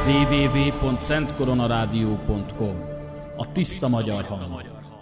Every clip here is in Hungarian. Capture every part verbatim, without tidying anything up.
double-u double-u double-u pont szent korona rádió pont com. A tiszta magyar hang.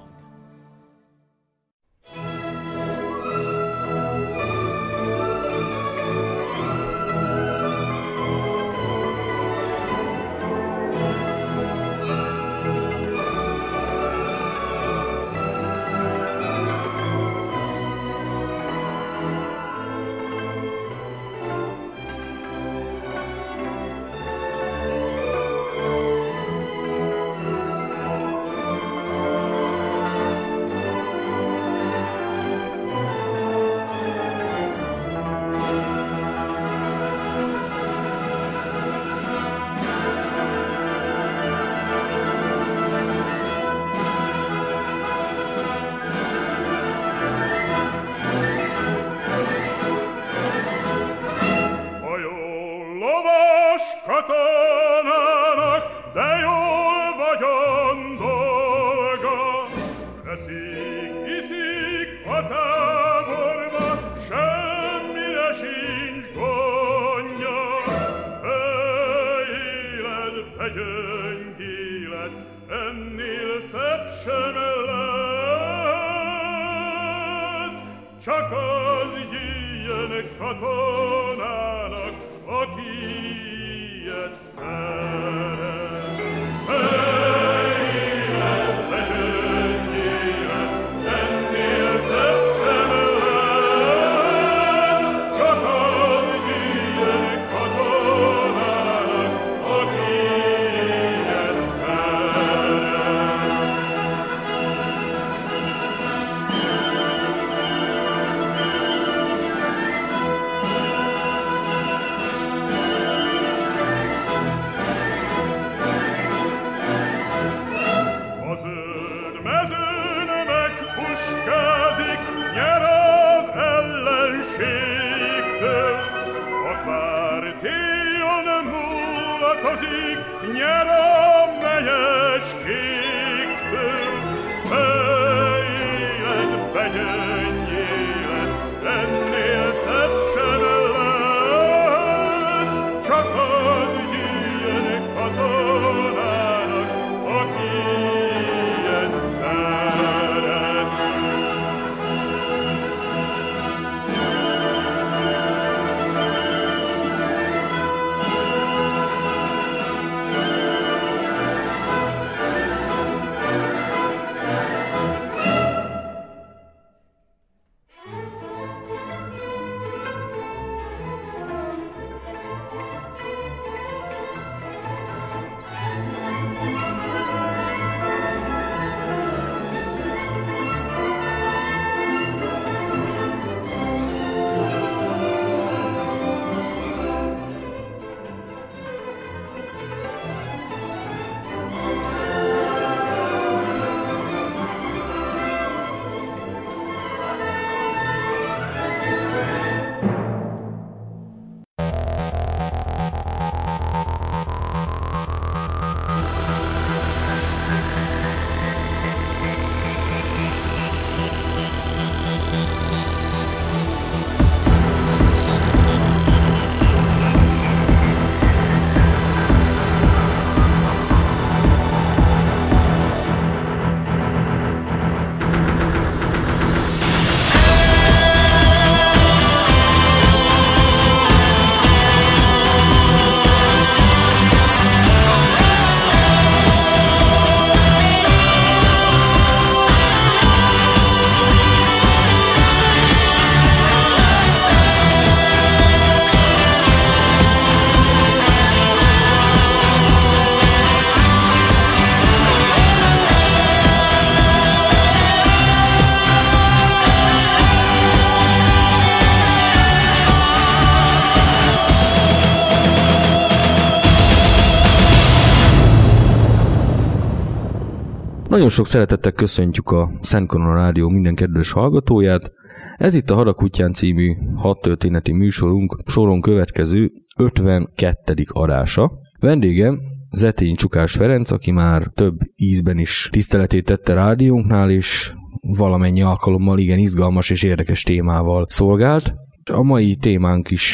Nagyon sok szeretettel köszöntjük a Szent Korona Rádió minden kedves hallgatóját. Ez itt a Hadakutyán című hat történeti műsorunk soron következő ötvenkettedik adása. Vendégem Zetény Csukás Ferenc, aki már több ízben is tiszteletét tette rádiónknál, és valamennyi alkalommal igen izgalmas és érdekes témával szolgált. A mai témánk is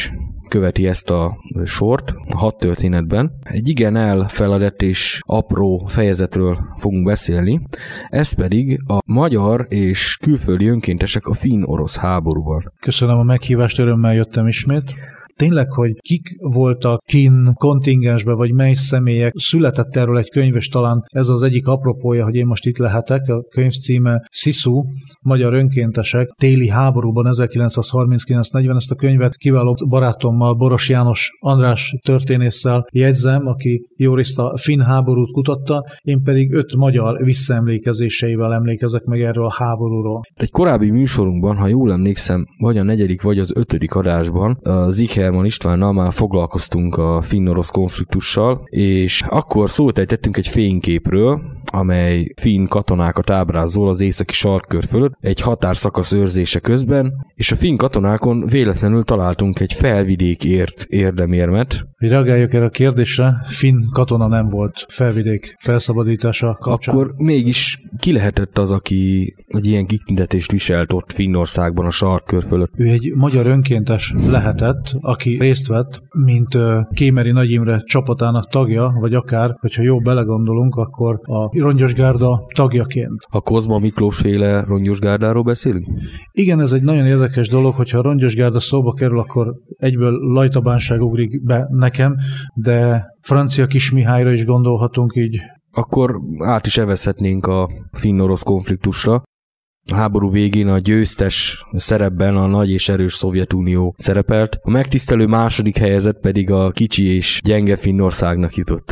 követi ezt a sort a hadtörténetben. Egy igen elfeledett és apró fejezetről fogunk beszélni, ez pedig a magyar és külföldi önkéntesek a finn-orosz háborúban. Köszönöm a meghívást, örömmel jöttem ismét. Tényleg, hogy kik voltak finn kontingensben, vagy mely személyek, született erről egy könyv, és talán ez az egyik apropója, hogy én most itt lehetek. A könyv címe Sziszú, Magyar önkéntesek, téli háborúban ezerkilencszázharminckilenc negyven. Ezt a könyvet kiváló barátommal, Boros János András történésszel jegyzem, aki jórészt a finn háborút kutatta, én pedig öt magyar visszaemlékezéseivel emlékezek meg erről a háborúról. Egy korábbi műsorunkban, ha jól emlékszem, vagy a negyedik, vagy az ötödik adásban, a Zikher Istvánnal már foglalkoztunk a finn-orosz konfliktussal, és akkor szót ejtettünk egy fényképről, amely finn katonákat ábrázol az északi sarkkör fölött egy határszakasz őrzése közben, és a finn katonákon véletlenül találtunk egy felvidékért érdemérmet. Hogy reagáljak erre a kérdésre, finn katona nem volt felvidék felszabadítása kapcsán. Akkor mégis ki lehetett az, aki egy ilyen kitüntetést viselt ott Finnországban a sarkkör fölött? Ő egy magyar önkéntes lehetett, aki részt vett, mint Kémeri Nagy Imre csapatának tagja, vagy akár, hogyha jól belegondolunk, akkor a Rongyosgárda tagjaként. A Kozma Miklós féle Rongyosgárdáról beszélünk? Igen, ez egy nagyon érdekes dolog, hogyha a Rongyosgárda szóba kerül, akkor egyből lajtabánság ugrik be nekem, de francia Kis Mihályra is gondolhatunk így. Akkor át is evezhetnénk a finn-orosz konfliktusra. A háború végén a győztes szerepben a nagy és erős Szovjetunió szerepelt, a megtisztelő második helyezett pedig a kicsi és gyenge Finnországnak jutott.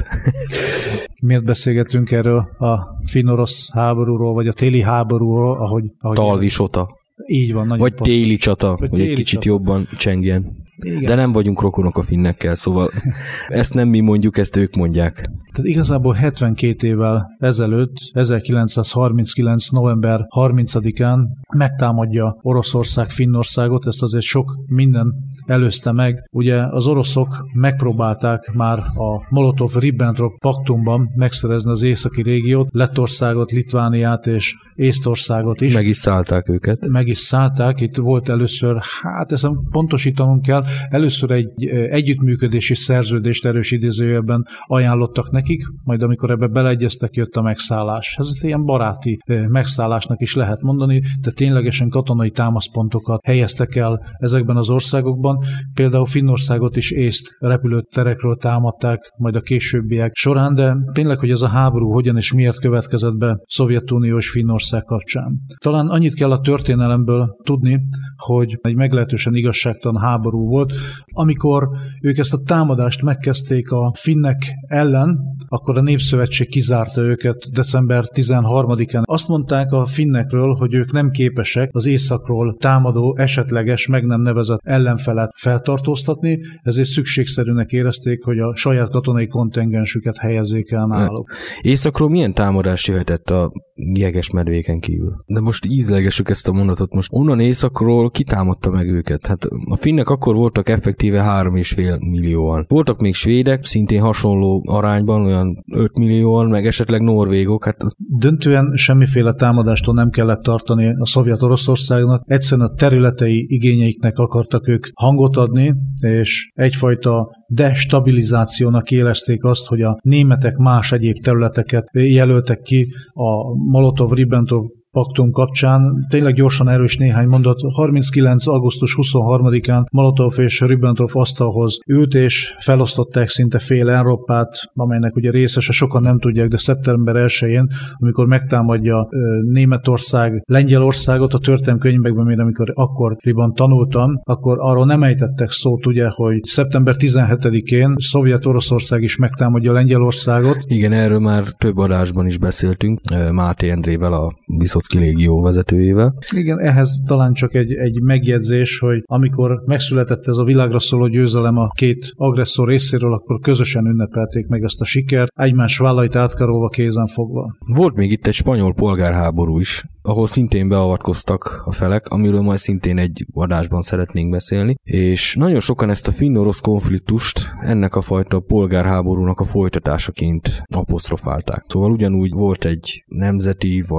Miért beszélgetünk erről a finn-orosz háborúról, vagy a téli háborúról, ahogy... ahogy Talvisota. Így van. Vagy pont. téli csata, vagy hogy téli egy kicsit csata. jobban csengjen. Igen. De nem vagyunk rokonok a finnekkel, szóval ezt nem mi mondjuk, ezt ők mondják. Tehát igazából hetvenkét évvel ezelőtt, ezerkilencszázharminckilenc november harmincadikán megtámadja Oroszország Finnországot, ezt azért sok minden előzte meg. Ugye az oroszok megpróbálták már a Molotov-Ribbentrop paktumban megszerezni az északi régiót, Lettországot, Litvániát és Észtországot is. Meg is szállták őket. Meg is szállták, itt volt először, hát ezt pontosítanunk kell, először egy együttműködési szerződést erős idézőjelben ajánlottak nekik, majd amikor ebbe beleegyeztek, jött a megszállás. Ez egy ilyen baráti megszállásnak is lehet mondani, de ténylegesen katonai támaszpontokat helyeztek el ezekben az országokban. Például Finnországot is észt repülőterekről támadták, majd a későbbiek során, de tényleg, hogy ez a háború hogyan és miért következett be Szovjetunió és Finnország kapcsán. Talán annyit kell a történelemből tudni, hogy egy meglehetősen igazságtalan háború volt. Amikor ők ezt a támadást megkezdték a finnek ellen, akkor a Népszövetség kizárta őket december tizenharmadikán. Azt mondták a finnekről, hogy ők nem képesek az északról támadó, esetleges, meg nem nevezett ellenfelet feltartóztatni, ezért szükségszerűnek érezték, hogy a saját katonai kontingensüket helyezzék el náluk. Északról milyen támadás jöhetett a jegesmedvéken kívül? De most ízlegessük ezt a mondatot. Most onnan északról kitámadta meg őket? Hát a finnek akkor voltak effektíve három és fél millióan. Voltak még svédek, szintén hasonló arányban, olyan öt millióan, meg esetleg norvégok. Hát... Döntően semmiféle támadástól nem kellett tartani a szovjet Oroszországnak. Egyszerűen a területei igényeiknek akartak ők hangot adni, és egyfajta destabilizációnak élezték azt, hogy a németek más egyéb területeket jelöltek ki a Molotov-Ribbentrop paktum kapcsán. Tényleg gyorsan erős néhány mondat. harminckilenc augusztus huszonharmadikán Molotov és Ribbentrop asztalhoz ült, és felosztották szinte fél Európát, amelynek ugye részese sokan nem tudják, de szeptember elsején, amikor megtámadja Németország Lengyelországot, a történelemkönyvekben, még amikor akkoriban tanultam, akkor arról nem ejtettek szót, ugye, hogy szeptember tizenhetedikén Szovjet-Oroszország is megtámadja Lengyelországot. Igen, erről már több adásban is beszéltünk, Máté Endrével, a Viszocki légió vezetőjével. Igen, ehhez talán csak egy, egy megjegyzés, hogy amikor megszületett ez a világra szóló győzelem a két agresszor részéről, akkor közösen ünnepelték meg ezt a sikert, egymás vállait átkarolva, kézen fogva. Volt még itt egy spanyol polgárháború is, ahol szintén beavatkoztak a felek, amiről majd szintén egy adásban szeretnénk beszélni, és nagyon sokan ezt a finn-orosz konfliktust ennek a fajta polgárháborúnak a folytatásaként apostrofálták. Szóval ugyanúgy volt egy nemzeti vagy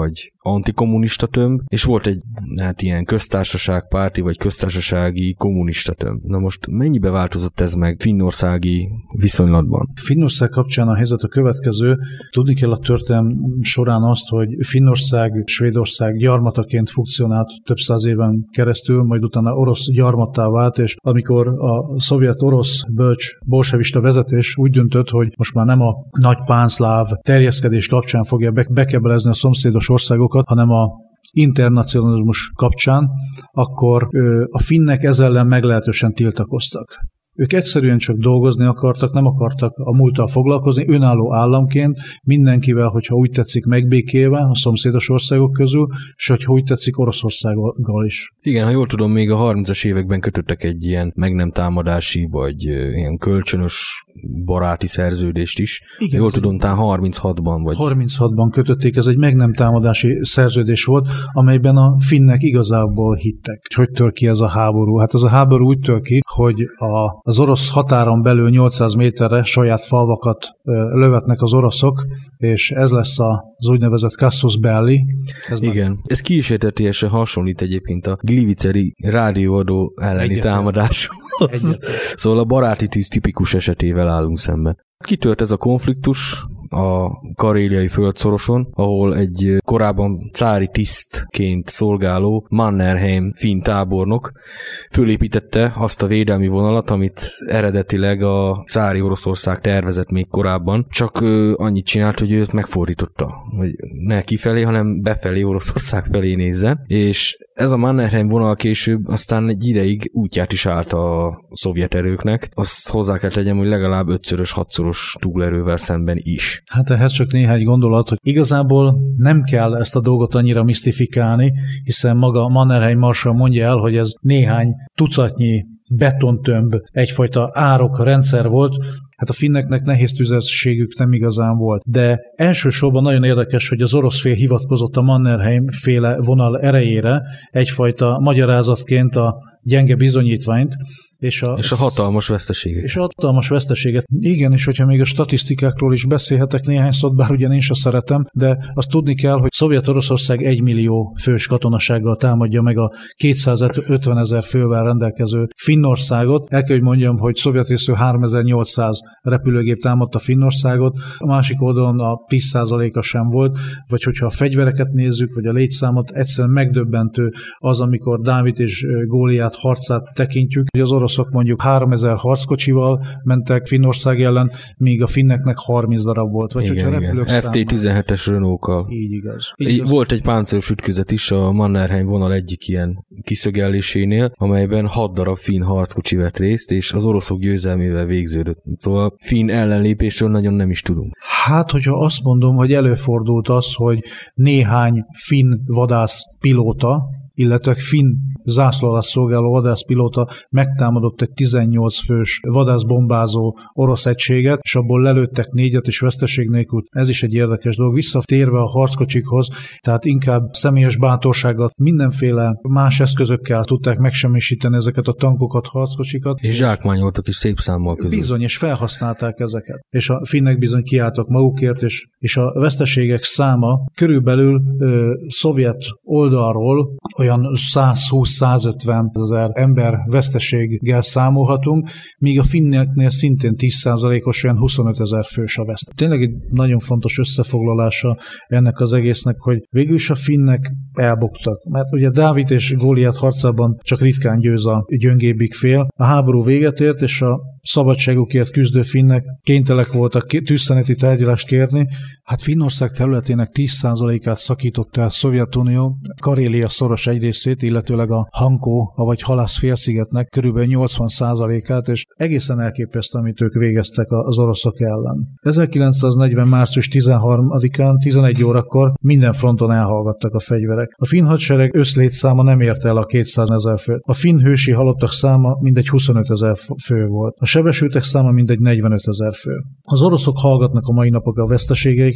antikommunista tömb, és volt egy hát ilyen köztársaságpárti, vagy köztársasági kommunista tömb. Na most mennyibe változott ez meg finnországi viszonylatban? Finnország kapcsán a helyzet a következő. Tudni kell a történelem során azt, hogy Finnország, Svédország gyarmataként funkcionált több száz éven keresztül, majd utána orosz gyarmattá vált, és amikor a szovjet-orosz bölcs bolsevista vezetés úgy döntött, hogy most már nem a nagy pánszláv terjeszkedés kapcsán fogja bekebelezni a szomszédos országokat, hanem a internacionalizmus kapcsán, akkor a finnek ezzel ellen meglehetősen tiltakoztak. Ők egyszerűen csak dolgozni akartak, nem akartak a múlttal foglalkozni, önálló államként, mindenkivel, hogyha úgy tetszik, megbékélve a szomszédos országok közül, és hogyha úgy tetszik, Oroszországgal is. Igen, ha jól tudom, még a harmincas években kötöttek egy ilyen meg nem támadási, vagy ilyen kölcsönös baráti szerződést is. Igen, jól tudom, talán harminchatban vagy. harminchatban kötötték, ez egy meg nem támadási szerződés volt, amelyben a finnek igazából hittek. Hogy tör ki ez a háború? Hát ez a háború úgy tör ki, hogy a az orosz határon belül nyolcszáz méterre saját falvakat lövetnek az oroszok, és ez lesz az úgynevezett casus belli. Ez igen, meg... ez kísértetiesen hasonlít egyébként a gliviceri rádióadó elleni Egyet támadáshoz. Szóval a baráti tűz tipikus esetével állunk szemben. Kitört ez a konfliktus a karéliai földszoroson, ahol egy korábban cári tisztként szolgáló Mannerheim finn tábornok fölépítette azt a védelmi vonalat, amit eredetileg a cári Oroszország tervezett még korábban, csak ő annyit csinált, hogy őt megfordította, hogy ne kifelé, hanem befelé Oroszország felé nézzen, és ez a Mannerheim vonal később aztán egy ideig útját is állt a szovjet erőknek. Azt hozzá kell tegyem, hogy legalább ötszörös, hatszoros túlerővel szemben is. Hát ehhez csak néhány gondolat, hogy igazából nem kell ezt a dolgot annyira misztifikálni, hiszen maga Mannerheim marsal mondja el, hogy ez néhány tucatnyi betontömb, egyfajta árok rendszer volt. Hát a finneknek nehéz tüzességük nem igazán volt. De elsősorban nagyon érdekes, hogy az orosz fél hivatkozott a Mannerheim féle vonal erejére egyfajta magyarázatként a gyenge bizonyítványt, És a, és a hatalmas veszteséget. És a hatalmas veszteséget. Igen, és hogyha még a statisztikákról is beszélhetek néhány szót, bár ugyan én sem szeretem, de azt tudni kell, hogy Szovjet-Oroszország egymillió fős katonasággal támadja meg a kétszázötvenezer fővel rendelkező Finnországot. El kell, hogy mondjam, hogy szovjet részről háromezer-nyolcszáz repülőgép támadta Finnországot, a másik oldalon a tíz százaléka sem volt, vagy hogyha a fegyvereket nézzük, vagy a létszámot, egyszerűen megdöbbentő az, amikor Dávid és Góliát harcát tekintjük, hogy az oroszok mondjuk háromezer harckocsival mentek Finnország ellen, míg a finneknek harminc darab volt. Vagy igen, hogyha repülők ef té tizenhetes Renault-kal. Így igaz. Így igaz. Volt egy páncélos ütközet is a Mannerheim vonal egyik ilyen kiszögellésénél, amelyben hat darab finn harckocsi vett részt, és az oroszok győzelmével végződött. Szóval finn ellenlépésről nagyon nem is tudunk. Hát, hogyha azt mondom, hogy előfordult az, hogy néhány finn vadász pilóta, illetve finn zászló alatt szolgáló vadászpilóta megtámadott egy tizennyolc fős vadászbombázó orosz egységet, és abból lelőttek négyet és veszteség nélkül. Ez is egy érdekes dolog. Visszatérve a harckocsikhoz, tehát inkább személyes bátorsággal, mindenféle más eszközökkel tudták megsemmisíteni ezeket a tankokat, harckocsikat. És zsákmányoltak is szép számmal közül. Bizony, és felhasználták ezeket. És a finnek bizony kiálltak magukért, és, és a veszteségek száma körülbelül ö, szovjet oldalról olyan száz-húsz-százötven ezer ember veszteséggel számolhatunk, míg a finneknél szintén tíz százalékos olyan huszonöt ezer fős a veszt. Tényleg egy nagyon fontos összefoglalása ennek az egésznek, hogy végül is a finnek elbuktak. Mert ugye Dávid és Góliát harcában csak ritkán győz a gyöngébbik fél. A háború véget ért, és a szabadságukért küzdő finnek kénytelenek voltak tűzszüneti tárgyalást kérni. Hát Finnország területének tíz százalékát szakította a Szovjetunió, Karélia szoros egy részét, illetőleg a Hankó, vagy Halász félszigetnek körülbelül nyolcvan százalékát, és egészen elképesztő, amit ők végeztek az oroszok ellen. ezerkilencszáznegyven. március tizenharmadikán tizenegy órakor minden fronton elhallgattak a fegyverek. A finn hadsereg összlétszáma nem érte el a kétszázezer főt. A finn hősi halottak száma mindegy huszonöt ezer fő volt. A sebesültek száma mindegy negyvenöt ezer fő. Az oroszok hallgatnak a mai napok a veszteségeikről,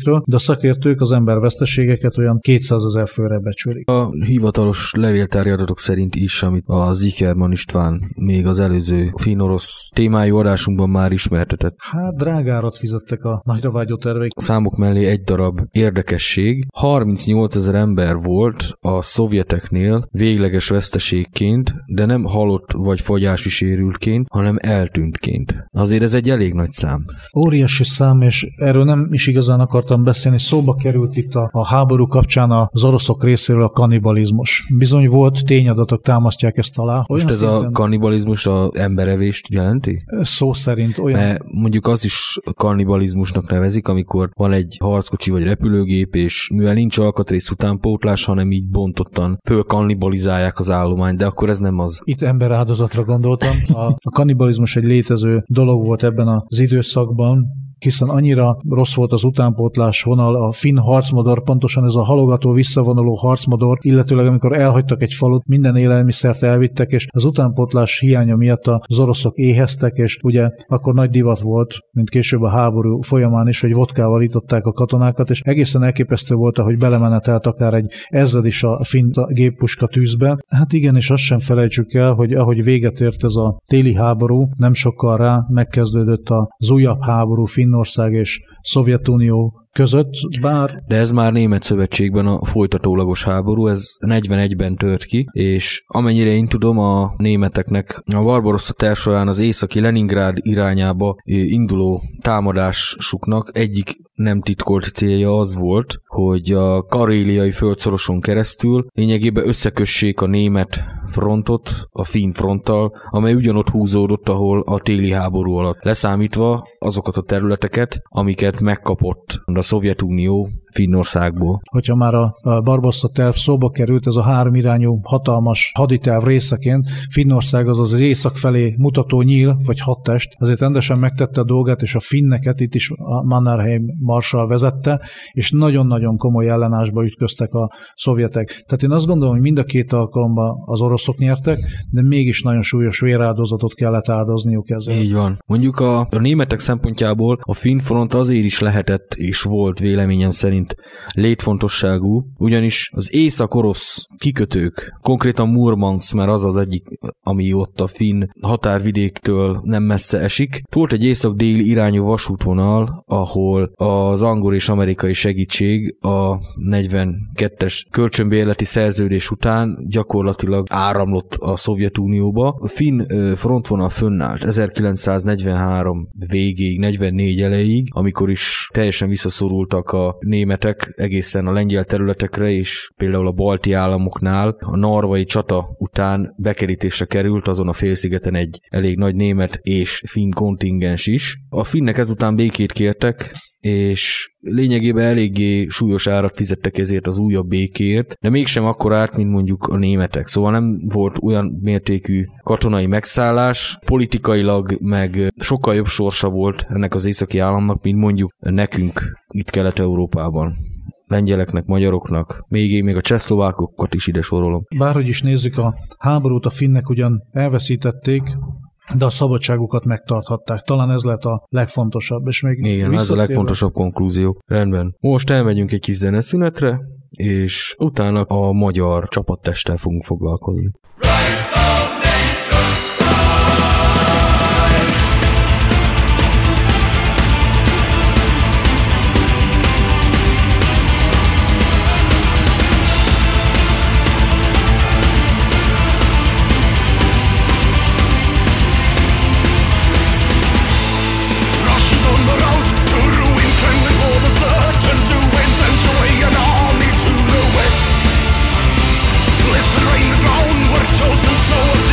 veszteségekről, de a szakértők az emberveszteségeket olyan kétszázezer főre becsülik. A hivatalos levéltári adatok szerint is, amit a Zicherman István még az előző finn-orosz témájú adásunkban már ismertetett. Hát drágárat fizettek a nagyra vágyó terveik. Számok mellé egy darab érdekesség. harmincnyolcezer ember volt a szovjeteknél végleges veszteségként, de nem halott vagy fogyási sérültként, hanem eltűntként. Azért ez egy elég nagy szám. Óriási szám, és erről nem is igazán akartam beszélni. Szóba került itt a, a háború kapcsán az oroszok részéről a kannibalizmus. Bizony volt, tényadatok támasztják ezt alá. Olyan Most ez szinten... a kannibalizmus a emberevést jelenti? Szó szerint olyan... Mert mondjuk az is kannibalizmusnak nevezik, amikor van egy harckocsi vagy repülőgép, és mivel nincs alkatrész utánpótlás, hanem így bontottan fölkannibalizálják az állományt, de akkor ez nem az. Itt emberáldozatra gondoltam. A, a kannibalizmus egy létező dolog volt ebben az időszakban, hiszen annyira rossz volt az utánpótlás vonal, a finn harcmodor, pontosan ez a halogató, visszavonuló harcmodor, illetőleg amikor elhagytak egy falut, minden élelmiszert elvittek, és az utánpótlás hiánya miatt az oroszok éheztek, és ugye akkor nagy divat volt, mint később a háború folyamán is, hogy vodkával itották a katonákat, és egészen elképesztő volt, ahogy belemenetelt akár egy ezred is a finn géppuska tűzbe. Hát igen, és azt sem felejtsük el, hogy ahogy véget ért ez a téli háború, nem sokkal rá megkezdődött az újabb háború Finnország és Szovjetunió között, bár... De ez már Német Szövetségben a folytatólagos háború, ez negyvenegyben tört ki, és amennyire én tudom, a németeknek a Barbarossa terv során az északi Leningrád irányába induló támadásuknak egyik nem titkolt célja az volt, hogy a karéliai földszoroson keresztül lényegében összekössék a német frontot a finn fronttal, amely ugyanott húzódott, ahol a téli háború alatt, leszámítva azokat a területeket, amiket megkapott a Szovjetunió Finnországból. Hogyha már a Barbarossa terv szóba került, ez a három irányú hatalmas haditerv részeként, Finnország az az észak felé mutató nyíl, vagy hadtest, azért rendesen megtette a dolgát, és a finneket itt is a Mannerheim marsal vezette, és nagyon-nagyon komoly ellenállásba ütköztek a szovjetek. Tehát én azt gondolom, hogy mind a két alkalommal az oroszok nyertek, de mégis nagyon súlyos véráldozatot kellett áldozniuk ezzel. Így van. Mondjuk a, a németek szempontjából a finn front azért is lehetett és volt véleményem szerint létfontosságú, ugyanis az észak-orosz kikötők, konkrétan Murmansk, mert az az egyik, ami ott a finn határvidéktől nem messze esik. Volt egy észak-déli irányú vasútvonal, ahol az angol és amerikai segítség a negyvenkettes kölcsönbérleti szerződés után gyakorlatilag áramlott a Szovjetunióba. A finn frontvonal fönnállt ezerkilencszáznegyvenhárom végéig, negyvennégy elejéig, amikor is teljesen visszaszorultak a németek egészen a lengyel területekre, és például a balti államoknál a narvai csata után bekerítésre került azon a félszigeten egy elég nagy német és finn kontingens is. A finnek ezután békét kértek, és lényegében eléggé súlyos árat fizettek ezért az újabb békéért, de mégsem akkor árt, mint mondjuk a németek. Szóval nem volt olyan mértékű katonai megszállás, politikailag meg sokkal jobb sorsa volt ennek az északi államnak, mint mondjuk nekünk itt Kelet-Európában. Lengyeleknek, magyaroknak, még én még a csehszlovákokat is ide sorolom. Bárhogy is nézzük, a háborút a finnek ugyan elveszítették, de a szabadságukat megtarthatták. Talán ez lett a legfontosabb. És még igen, ez a legfontosabb konklúzió. Rendben. Most elmegyünk egy kis zeneszünetre, és utána a magyar csapattesttel fogunk foglalkozni. Chosen slow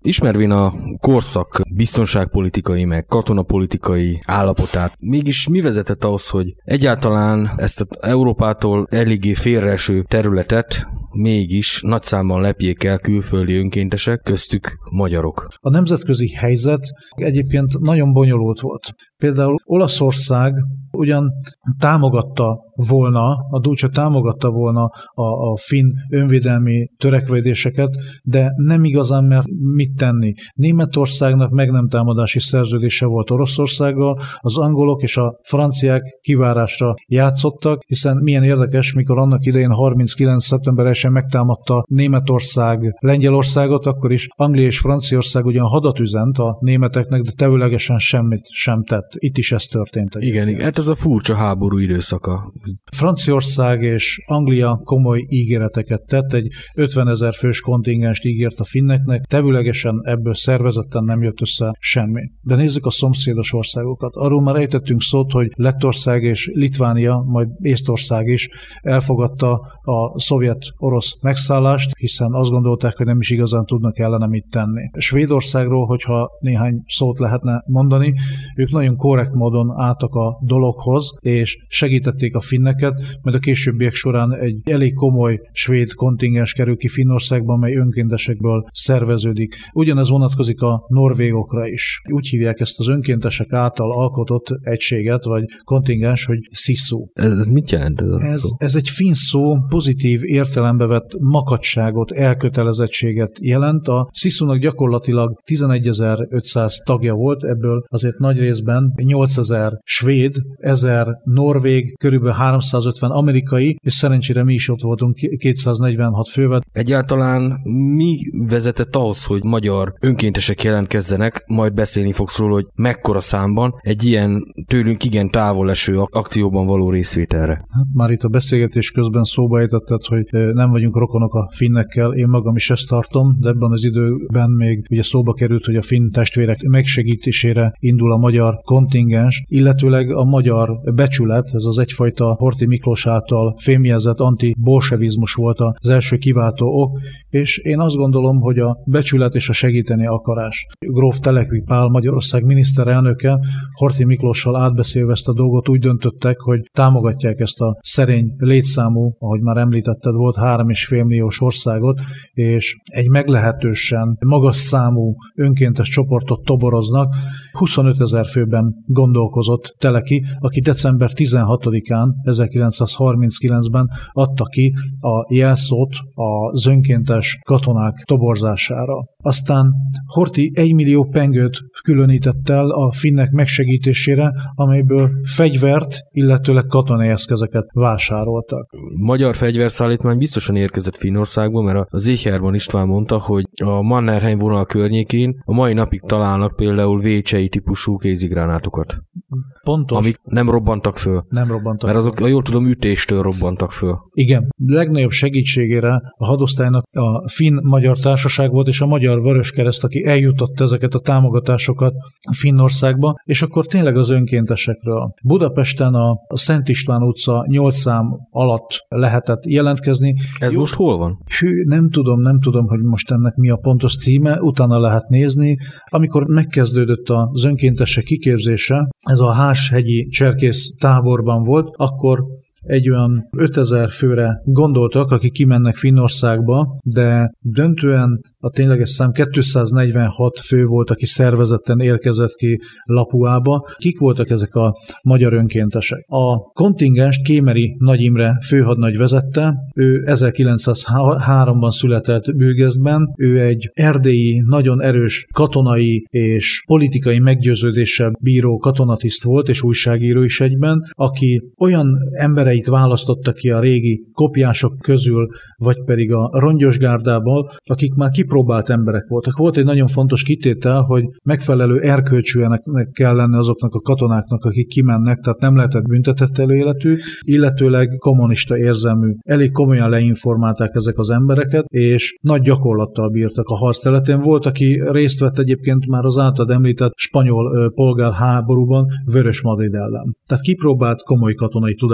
Ismervén a korszak biztonságpolitikai meg katonapolitikai állapotát, mégis mi vezetett ahhoz, hogy egyáltalán ezt az Európától eléggé félreeső területet mégis nagy számban lepjék el külföldi önkéntesek, köztük magyarok? A nemzetközi helyzet egyébként nagyon bonyolult volt. Például Olaszország ugyan támogatta volna, a Dulce támogatta volna a, a finn önvédelmi törekvéseket, de nem igazán mert mit tenni. Németországnak meg nem támadási szerződése volt Oroszországgal, az angolok és a franciák kivárásra játszottak, hiszen milyen érdekes, mikor annak idején harminckilenc szeptember elsején megtámadta Németország Lengyelországot, akkor is Anglia és Franciaország ugyan hadat üzent a németeknek, de tevőlegesen semmit sem tett. Itt is ez történt. Igen, igen, hát ez a furcsa háború időszaka. Franciaország és Anglia komoly ígéreteket tett, egy ötvenezer fős kontingenst ígért a finneknek, tevőlegesen ebből szervezetten nem jött össze semmi. De nézzük a szomszédos országokat. Arról már ejtettünk szót, hogy Lettország és Litvánia, majd Észtország is elfogadta a szovjet-orosz megszállást, hiszen azt gondolták, hogy nem is igazán tudnak ellene mit tenni. Svédországról, hogyha néhány szót lehetne mondani, ők nagyon korrekt módon álltak a dologhoz, és segítették a finneket, mert a későbbiek során egy elég komoly svéd kontingens kerül ki Finnországban, mely önkéntesekből szerveződik. Ugyanez vonatkozik a norvégokra is. Úgy hívják ezt az önkéntesek által alkotott egységet, vagy kontingens, hogy sziszu. Ez, ez mit jelent? Ez, ez, ez egy finn szó, pozitív értelembe vett makacságot, elkötelezettséget jelent. A sziszunak gyakorlatilag tizenegyezer-ötszáz tagja volt, ebből azért nagy részben nyolcezer svéd, ezer norvég, körülbelül háromszázötven amerikai, és szerencsére mi is ott voltunk kétszáznegyvenhat fővel. Egyáltalán mi vezetett ahhoz, hogy magyar önkéntesek jelentkezzenek, majd beszélni fogsz róla, hogy mekkora számban egy ilyen tőlünk igen távol eső akcióban való részvételre? Hát már itt a beszélgetés közben szóba ejtetted, hogy nem vagyunk rokonok a finnekkel, én magam is ezt tartom, de ebben az időben még ugye szóba került, hogy a finn testvérek megsegítésére indul a magyar kontingens, illetőleg a magyar becsület, ez az egyfajta Horthy Miklós által fémjelzett anti-bolsevizmus volt az első kiváltó ok, és én azt gondolom, hogy a becsület és a segíteni akarás. Gróf Telekvi Pál, Magyarország miniszterelnöke, Horthy Miklóssal átbeszélve ezt a dolgot úgy döntöttek, hogy támogatják ezt a szerény létszámú, ahogy már említetted, volt három és fél milliós országot, és egy meglehetősen magas számú önkéntes csoportot toboroznak. huszonötezer főben gondolkozott Teleki, aki december tizenhatodikán ezerkilencszázharminckilencben adta ki a jelszót az önkéntes katonák toborzására. Aztán Horthy egymillió pengőt különített el a finnek megsegítésére, amelyből fegyvert, illetőleg katonai eszközeket vásároltak. Magyar fegyverszállítmány biztosan érkezett Finnországba, mert az Éhjárban István mondta, hogy a Mannerheim vonal környékén a mai napig találnak például vécsei típusú kézigránátokat. Pontos. Amik nem robbantak föl. Nem robbantak Mert azok, jól tudom, ütéstől robbantak föl. Igen. Legnagyobb segítségére a hadosztálynak a Finn-Magyar Társaság volt, és a Magyar Vöröskereszt, aki eljutott ezeket a támogatásokat Finnországba, és akkor tényleg az önkéntesekről. Budapesten a Szent István utca nyolc szám alatt lehetett jelentkezni. Ez Jó, most hol van? Hű, nem tudom, nem tudom, hogy most ennek mi a pontos címe, utána lehet nézni. Amikor megkezdődött az önkéntesek kiképzése, ez a Háshegyi Cserkész táborban volt, akkor egy olyan ötezer főre gondoltak, akik kimennek Finnországba, de döntően a tényleges szám kétszáznegyvenhat fő volt, aki szervezetten érkezett ki Lapuába. Kik voltak ezek a magyar önkéntesek? A kontingenst Kémeri Nagy Imre főhadnagy vezette, ő ezerkilencszázháromban született Bülgesztben, ő egy erdélyi, nagyon erős katonai és politikai meggyőződéssel bíró katonatiszt volt, és újságíró is egyben, aki olyan emberek választottak ki a régi kopjások közül, vagy pedig a rongyosgárdából, akik már kipróbált emberek voltak. Volt egy nagyon fontos kitétel, hogy megfelelő erkölcsűnek kell lenni azoknak a katonáknak, akik kimennek, tehát nem lehetett büntetettelő életű, illetőleg kommunista érzelmű. Elég komolyan leinformálták ezek az embereket, és nagy gyakorlattal bírtak a harcterületén. Volt, aki részt vett egyébként már az általad említett spanyol polgárháborúban Vörösmadrid ellen. Tehát kipróbált komoly katonai tudással rendelkezett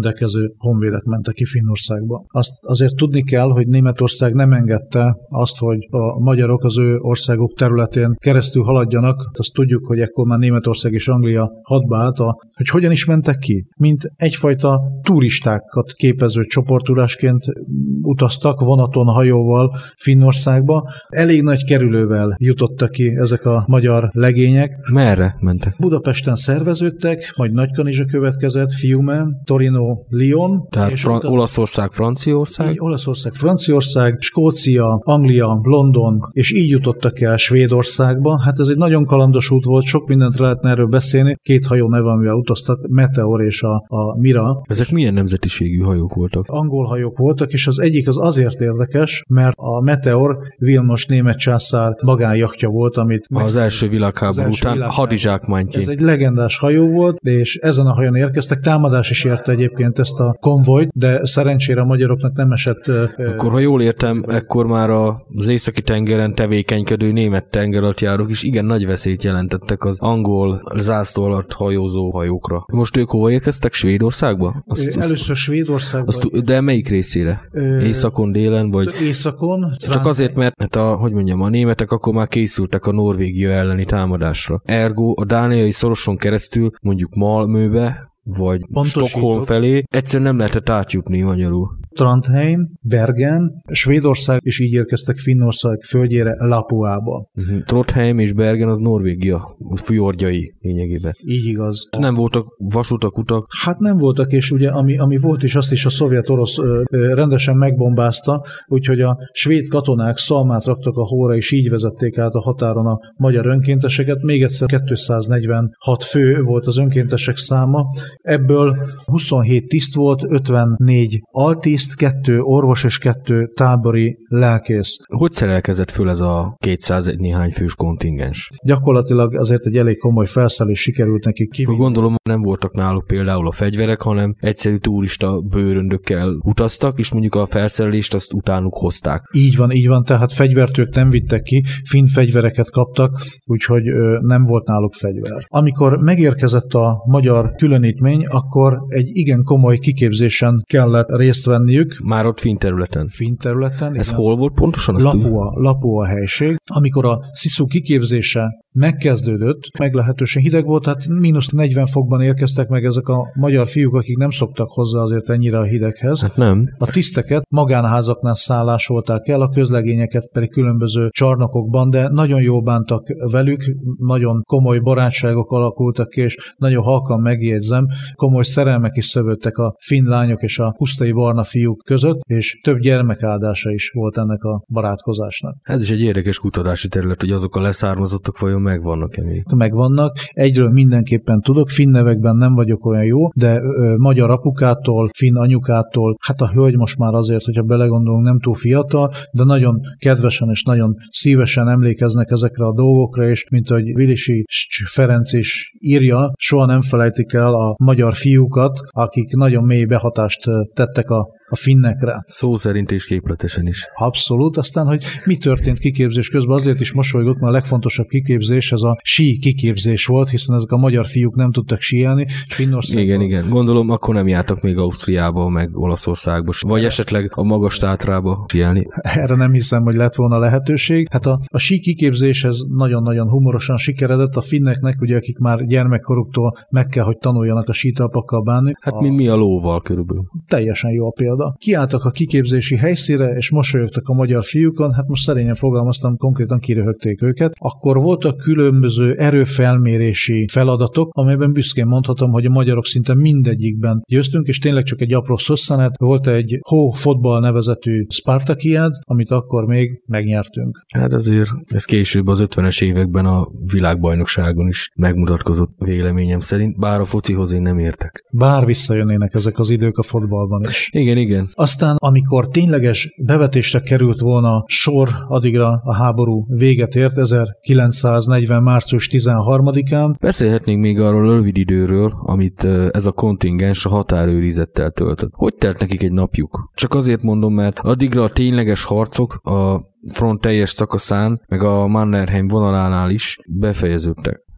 rendelkező honvédek mentek ki Finnországba. Azt azért tudni kell, hogy Németország nem engedte azt, hogy a magyarok az ő országok területén keresztül haladjanak. Azt tudjuk, hogy ekkor már Németország és Anglia hadba állt, hogy hogyan is mentek ki. Mint egyfajta turistákat képező csoportulásként utaztak vonaton, hajóval Finnországba. Elég nagy kerülővel jutottak ki ezek a magyar legények. Merre mentek? Budapesten szerveződtek, majd Nagykanizsa következett, Fiume, Torino, Lyon. Tehát és Fra- Olaszország, Franciaország? Így, Olaszország, Franciaország, Skócia, Anglia, London, és így jutottak el Svédországba. Hát ez egy nagyon kalandos út volt, sok mindent lehetne erről beszélni. Két hajó neve, amivel utaztak, Meteor és a, a Mira. Ezek milyen nemzetiségű hajók voltak? Angol hajók voltak, és az egyik az azért érdekes, mert a Meteor Vilmos német császár magánjachtja volt, amit az első világháború után hadizsákmányként. Ez egy legendás hajó volt, és ezen a hajón érkeztek. Támadás is érte egyébként ezt a konvojt, de szerencsére a magyaroknak nem esett. Akkor, ha jól értem, ekkor már az északi tengeren tevékenykedő német tengeralattjárók is igen nagy veszélyt jelentettek az angol zászló alatt hajózó hajókra. Most ők hova érkeztek? Svédországba? Azt, Először azt, Svédországba. Azt, de melyik részére? Ö, Északon, délen? Vagy? Északon. Csak azért, mert hát a, hogy mondjam, a németek akkor már készültek a Norvégia elleni támadásra. Ergo a dániai szoroson keresztül mondjuk Malmöbe, vagy Stockholm felé egyszerűen nem lehetett átjutni magyarul. Trondheim, Bergen, Svédország, és így érkeztek Finnország földjére, Lapuába. Uh-huh. Trondheim és Bergen az Norvégia fjordjai lényegében. Így igaz. Nem voltak vasutak, utak? Hát nem voltak, és ugye ami, ami volt is, azt is a szovjet-orosz ö, ö, rendesen megbombázta, úgyhogy a svéd katonák szalmát raktak a hóra, és így vezették át a határon a magyar önkénteseket. Még egyszer kétszáznegyvenhat fő volt az önkéntesek száma, ebből huszonhét tiszt volt, ötvennégy altiszt, kettő orvos és kettő tábori lelkész. Hogy szerelkezett föl ez a kétszáz néhány fős kontingens? Gyakorlatilag azért egy elég komoly felszállás sikerült nekik kivinni. Gondolom nem voltak náluk például a fegyverek, hanem egyszerű turista bőröndökkel utaztak, és mondjuk a felszerelést azt utánuk hozták. Így van, így van, tehát fegyvert ők nem vittek ki, finn fegyvereket kaptak, úgyhogy ö, nem volt náluk fegyver. Amikor megérkezett a magyar különítmény, akkor egy igen komoly kiképzésen kellett részt venni. Már ott finn területen. Finn területen. Ez igen. hol volt pontosan? Lapua, Lapua helység. Amikor a sziszú kiképzése megkezdődött, meglehetősen hideg volt, hát mínusz negyven fokban érkeztek meg ezek a magyar fiúk, akik nem szoktak hozzá azért ennyire a hideghez. Hát nem. A tiszteket magánházaknál szállásolták el, a közlegényeket pedig különböző csarnokokban, de nagyon jól bántak velük, nagyon komoly barátságok alakultak ki, és nagyon halkan megjegyzem, komoly szerelmek is szövődtek a finn lányok és a pusztai barna fiúk között, és több gyermekáldása is volt ennek a barátkozásnak. Ez is egy érdekes kutatási terület, hogy azok a leszármazottak vajon megvannak-e még? Megvannak. Egyről mindenképpen tudok, finn nevekben nem vagyok olyan jó, de ö, magyar apukától, finn anyukától, hát a hölgy most már azért, hogyha belegondolunk, nem túl fiatal, de nagyon kedvesen és nagyon szívesen emlékeznek ezekre a dolgokra, és mint ahogy Vilisi Ferenc is írja, soha nem felejtik el a magyar fiúkat, akik nagyon mély behatást tettek a a finnekre. Szó szerint és képletesen is. Abszolút. Aztán, hogy mi történt kiképzés közben, azért is mosolygok, mert a legfontosabb kiképzés ez a sí kiképzés volt, hiszen ezek a magyar fiúk nem tudtak síelni. Finnországban... Igen, igen. Gondolom, akkor nem jártak még Ausztriába, meg Olaszországba, vagy esetleg a magas Tátrába síelni. Erre nem hiszem, hogy lett volna lehetőség. Hát a, a sí kiképzés ez nagyon-nagyon humorosan sikeredett. A finneknek, ugye, akik már gyermekkoruktól meg kell, hogy tanuljanak a sítalpakkal bánni. Hát a... mint mi a lóval körülbelül. Teljesen jó a példa. Kiálltak a kiképzési helyszínre, és mosolyogtak a magyar fiúkon, hát most szerényen fogalmaztam, konkrétan kiröhögték őket. Akkor voltak különböző erőfelmérési feladatok, amelyben büszkén mondhatom, hogy a magyarok szinte mindegyikben győztünk, és tényleg csak egy apró szösszenet. Volt egy Hó Fotball nevezetű Spartakiád, amit akkor még megnyertünk. Hát azért ez később az ötvenes években a világbajnokságon is megmutatkozott véleményem szerint, bár a focihoz én nem értek. Bár visszajönnének ezek az idők a fotballban is. Igen, igen. Aztán, amikor tényleges bevetésre került volna sor, addigra a háború véget ért, ezerkilencszáznegyven március tizenharmadikán. Beszélhetnénk még arról a rövid időről, amit ez a kontingens a határőrizettel töltött. Hogy telt nekik egy napjuk? Csak azért mondom, mert addigra a tényleges harcok a front teljes szakaszán, meg a Mannerheim vonalánál is befejeződtek.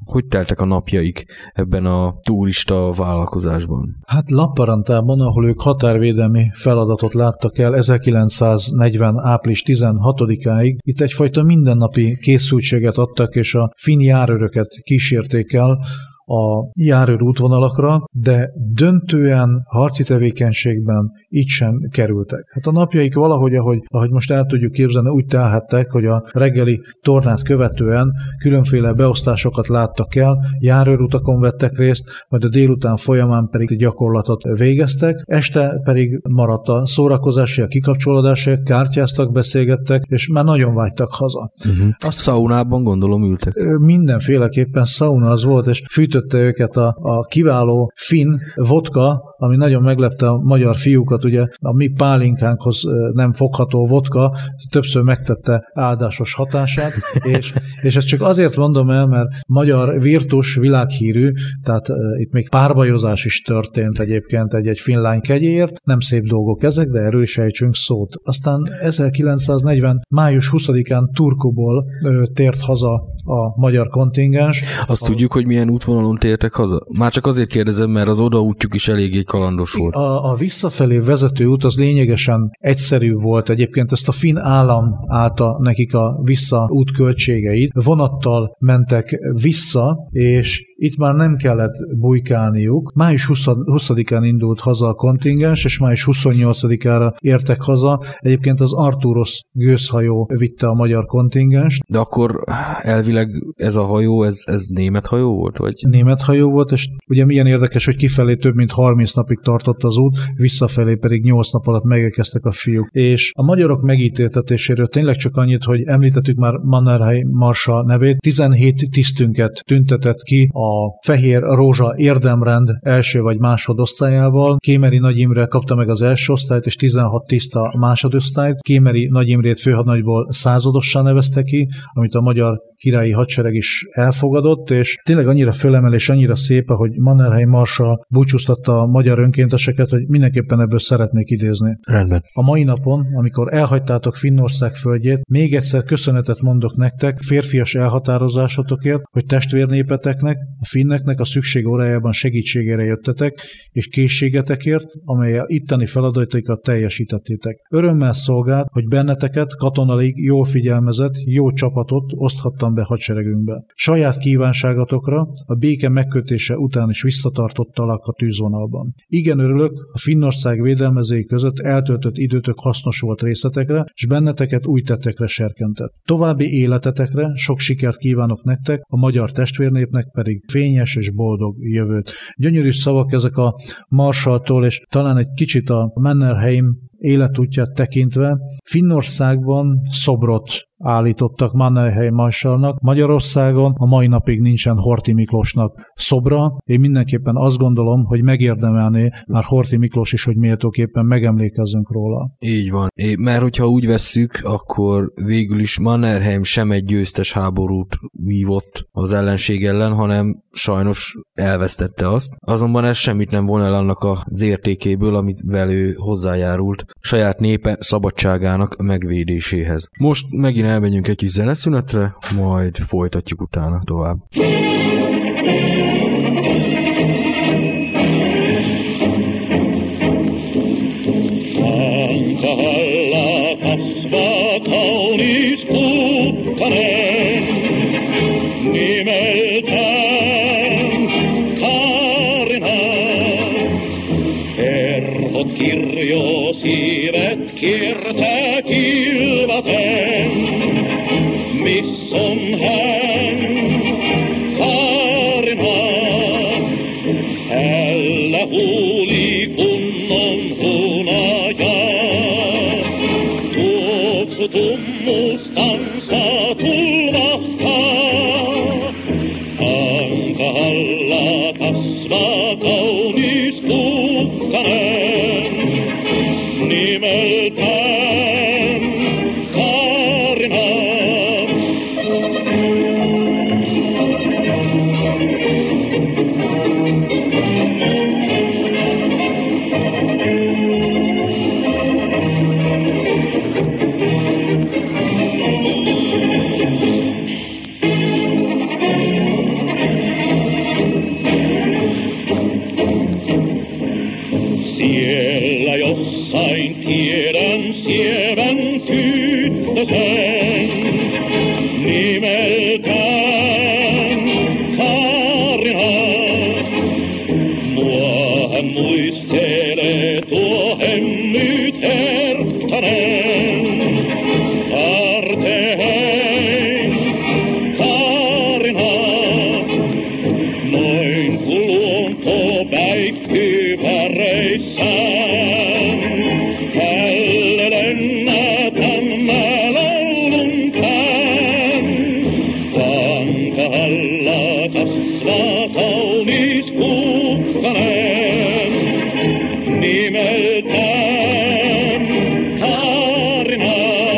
Hogy teltek a napjaik ebben a turista vállalkozásban? Hát Lapparantában, ahol ők határvédelmi feladatot láttak el ezerkilencszáznegyven. április tizenhatodikáig, itt egyfajta mindennapi készültséget adtak, és a finn járőröket kísérték el a járőr útvonalakra, de döntően harci tevékenységben itt sem kerültek. Hát a napjaik valahogy, ahogy, ahogy most el tudjuk képzelni, úgy telhettek, hogy a reggeli tornát követően különféle beosztásokat láttak el, járőrutakon vettek részt, majd a délután folyamán pedig gyakorlatot végeztek, este pedig maradt a szórakozási, a kikapcsolódási, kártyáztak, beszélgettek, és már nagyon vágytak haza. Uh-huh. Azt szaunában gondolom ültek? Mindenféleképpen szauna az volt, és fűtött őket a, a kiváló finn vodka, ami nagyon meglepte a magyar fiúkat, ugye a mi pálinkánkhoz nem fogható vodka, többször megtette áldásos hatását, és, és ezt csak azért mondom el, mert magyar virtus világhírű, tehát uh, itt még párbajozás is történt egyébként egy-egy finn lány kegyéért, nem szép dolgok ezek, de erről is ejtsünk szót. Aztán ezerkilencszáznegyven. május huszadikán Turkuból uh, tért haza a magyar kontingens. Azt a, tudjuk, hogy milyen útvonalon tértek haza? Már csak azért kérdezem, mert az odaútjuk is eléggé kalandos volt. A, a visszafelé vezető út az lényegesen egyszerű volt. Egyébként ezt a finn állam állta nekik a visszaút költségeit. Vonattal mentek vissza, és itt már nem kellett bujkálniuk. május huszadikán indult haza a kontingens, és május huszonnyolcadikára értek haza. Egyébként az Arturos gőzhajó vitte a magyar kontingens. De akkor elvileg ez a hajó, ez, ez német hajó volt? Vagy? Német hajó volt, és ugye milyen érdekes, hogy kifelé több mint harminc napig tartott az út, visszafelé pedig nyolc nap alatt megérkeztek a fiúk. És a magyarok megítéltetéséről tényleg csak annyit, hogy említettük már Mannerheim marsa nevét, tizenhét tisztünket tüntetett ki a Fehér Rózsa érdemrend első vagy másodosztályával. Kémeri Nagy Imre kapta meg az első osztályt, és tizenhat tiszt a másodosztályt. Kémeri Nagy Imrét főhadnagyból századossá nevezte ki, amit a magyar királyi hadsereg is elfogadott, és tényleg annyira fölemelés, annyira szép, hogy Mannerheim marsal búcsúztatta a magyar önkénteseket, hogy mindenképpen ebből szeretnék idézni. Rendben. A mai napon, amikor elhagytátok Finnország földjét, még egyszer köszönetet mondok nektek férfias elhatározásotokért, hogy testvérnépeteknek, a finneknek a szükség órájában segítségére jöttetek, és készségetekért, amelyel itteni feladataikat teljesítettétek. Örömmel szolgált, hogy benneteket katonalig jól figyelmezett, jó csapatot oszthattam be hadseregünkbe. Saját kívánságatokra a béke megkötése után is visszatartottalak a tűzvonalban. Igen örülök, a Finnország védelmezői között eltöltött időtök hasznos volt részletekre, és benneteket új tettekre serkentett. További életetekre sok sikert kívánok nektek, a magyar testvérnépnek pedig fényes és boldog jövőt. Gyönyörű szavak ezek a marsaltól, és talán egy kicsit a Mannerheim életútját tekintve. Finnországban szobrot állítottak Mannerheim marsalnak. Magyarországon a mai napig nincsen Horthy Miklósnak szobra. Én mindenképpen azt gondolom, hogy megérdemelné már Horthy Miklós is, hogy méltóképpen megemlékezzünk róla. Így van. É, mert hogyha úgy vesszük, akkor végül is Mannerheim sem egy győztes háborút vívott az ellenség ellen, hanem sajnos elvesztette azt. Azonban ez semmit nem von el annak az értékéből, amit velő hozzájárult saját népe szabadságának megvédéséhez. Most megint elmegyünk egy kis zeneszünetre, majd folytatjuk utána tovább. Kirjo siivet kiertää kilvaten, misson hän Kaarina. Hällä huuli kunnon hunaja, tuoksu tummustansa tulvahtaa. Ankahalla kasvaa kaunis kukkanen, nimeltään Kaarina. sein Tieren sieben Füße nimeltään Kaarina. Mua muistelee tuo hemmyt herttanen Arteheim Kaarina. Noin kun luonto päikkyy väreissään, tälle lennätän mä laulun pään. Kankahalla kasvaa kaunis kukkanen, nimeltään Kaarina.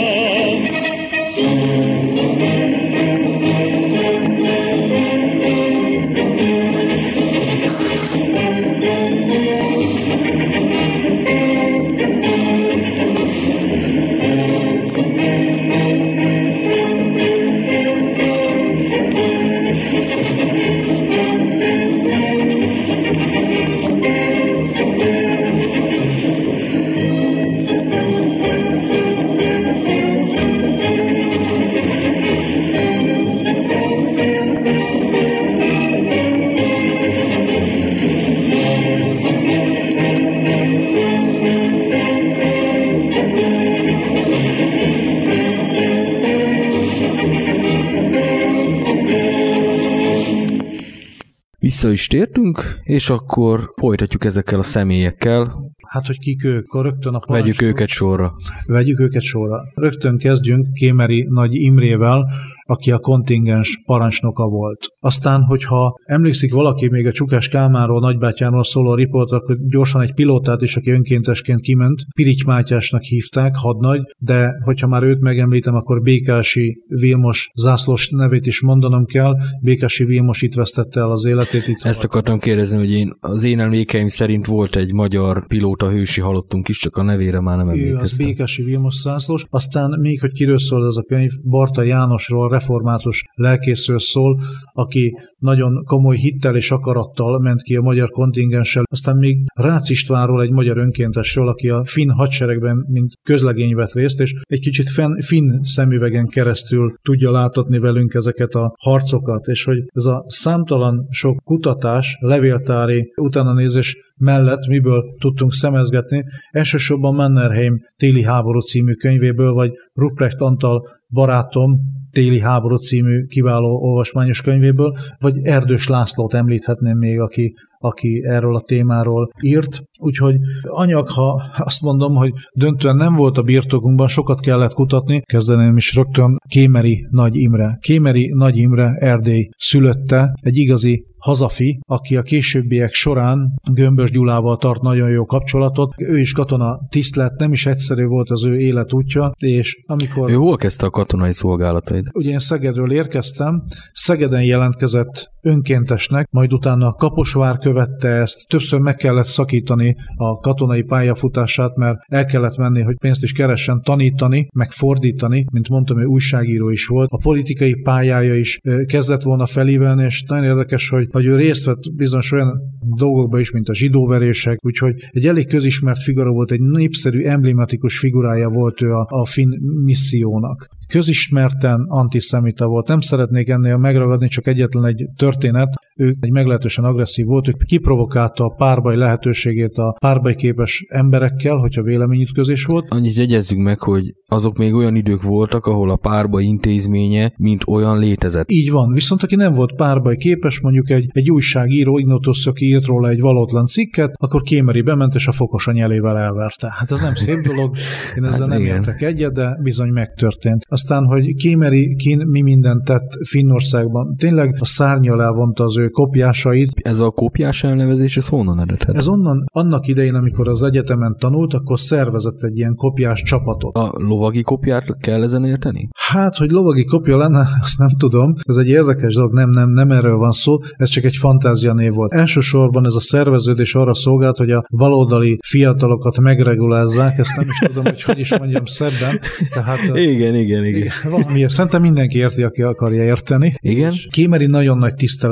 Vissza is tértünk, és akkor folytatjuk ezekkel a személyekkel. Hát, hogy kik ők, akkor rögtön a parancsnok... Vegyük őket sorra. Vegyük őket sorra. Rögtön kezdjünk Kémeri Nagy Imrével, aki a kontingens parancsnoka volt. Aztán, hogyha emlékszik valaki még a Csukás Kálmánról, nagybátyáról szóló riport, akkor gyorsan egy pilótát is, aki önkéntesként kiment, Pirigy Mátyásnak hívták, hadnagy, de hogyha már őt megemlítem, akkor Békási Vilmos zászlós nevét is mondanom kell. Békási Vilmos itt vesztette el az életét. Itt Ezt akartam kérdezni, hogy én, az én emlékeim szerint volt egy magyar pilóta, hősi halottunk is, csak a nevére már nem emlékeztem. Ő az Békási Vilmos zászlós. Aztán még, hogy kiről szól ez a könyv, Barta Jánosról, református lelkészről szól, aki nagyon komoly hittel és akarattal ment ki a magyar kontingenssel. Aztán még Rácz Istvánról, egy magyar önkéntesről, aki a finn hadseregben mint közlegény vett részt, és egy kicsit finn szemüvegen keresztül tudja láthatni velünk ezeket a harcokat, és hogy ez a számtalan sok kutatás, levéltári utánanézés mellett miből tudtunk szemezgetni, elsősorban Mannerheim Téli háború című könyvéből, vagy Ruprecht Antal barátom Téli háború című kiváló olvasmányos könyvéből, vagy Erdős Lászlót említhetném még, aki, aki erről a témáról írt. Úgyhogy anyag, ha azt mondom, hogy döntően nem volt a birtokunkban, sokat kellett kutatni, kezdeném is rögtön Kémeri Nagy Imre. Kémeri Nagy Imre Erdély szülötte, egy igazi hazafi, aki a későbbiek során Gömbös Gyulával tart nagyon jó kapcsolatot. Ő is katona tiszt lett, nem is egyszerű volt az ő életútja, és amikor... Ő hol kezdte a katonai szolgálatait? Ugye én Szegedről érkeztem, Szegeden jelentkezett önkéntesnek, majd utána Kaposvár követte ezt, többször meg kellett szakítani a katonai pályafutását, mert el kellett menni, hogy pénzt is keressen, tanítani, meg fordítani, mint mondtam, ő újságíró is volt. A politikai pályája is kezdett volna felívelni, és nagyon érdekes, hogy, hogy ő részt vett bizonyos olyan dolgokban is, mint a zsidóverések, úgyhogy egy elég közismert figura volt, egy népszerű, emblematikus figurája volt ő a, a finn missziónak. Közismerten antiszemita volt. Nem szeretnék ennél megragadni, csak egyetlen egy történet. Ő egy meglehetősen agresszív volt, ő kiprovokálta a párbaj lehetőségét a párbajképes emberekkel, hogyha véleményütközés volt. Annyit jegyezzük meg, hogy azok még olyan idők voltak, ahol a párbaj intézménye mint olyan létezett. Így van, viszont aki nem volt párbajképes, mondjuk egy, egy újságíró, Ignotus, aki írt róla egy valótlan cikket, akkor Kémeri bement, és a fokosa nyelével elverte. Hát ez nem szép dolog, én ezzel hát nem igen. értek egyet, de bizony megtörtént. Aztán, hogy Kémeri kin mi mindent tett Finnországban. Tényleg a szárnyal elvonta az ő kopjásait. Ez a kopjás elnevezés, ez honnan eredhet? Ez onnan, annak idején, amikor az egyetemen tanult, akkor szervezett egy ilyen kopjás csapatot. A lovagi kopját kell ezen érteni? Hát, hogy lovagi kopja lenne, azt nem tudom. Ez egy érdekes dolog, nem, nem, nem erről van szó, ez csak egy fantázia név volt. Elsősorban ez a szerveződés arra szolgált, hogy a baloldali fiatalokat megregulázzák, ezt nem is tudom, hogy hogy is mondjam szebben. Tehát, igen, igen, igen. Valamiért. Szerintem mindenki érti, aki akarja érteni. Igen. Kémeri nagyon nagy tiszteletnek örvend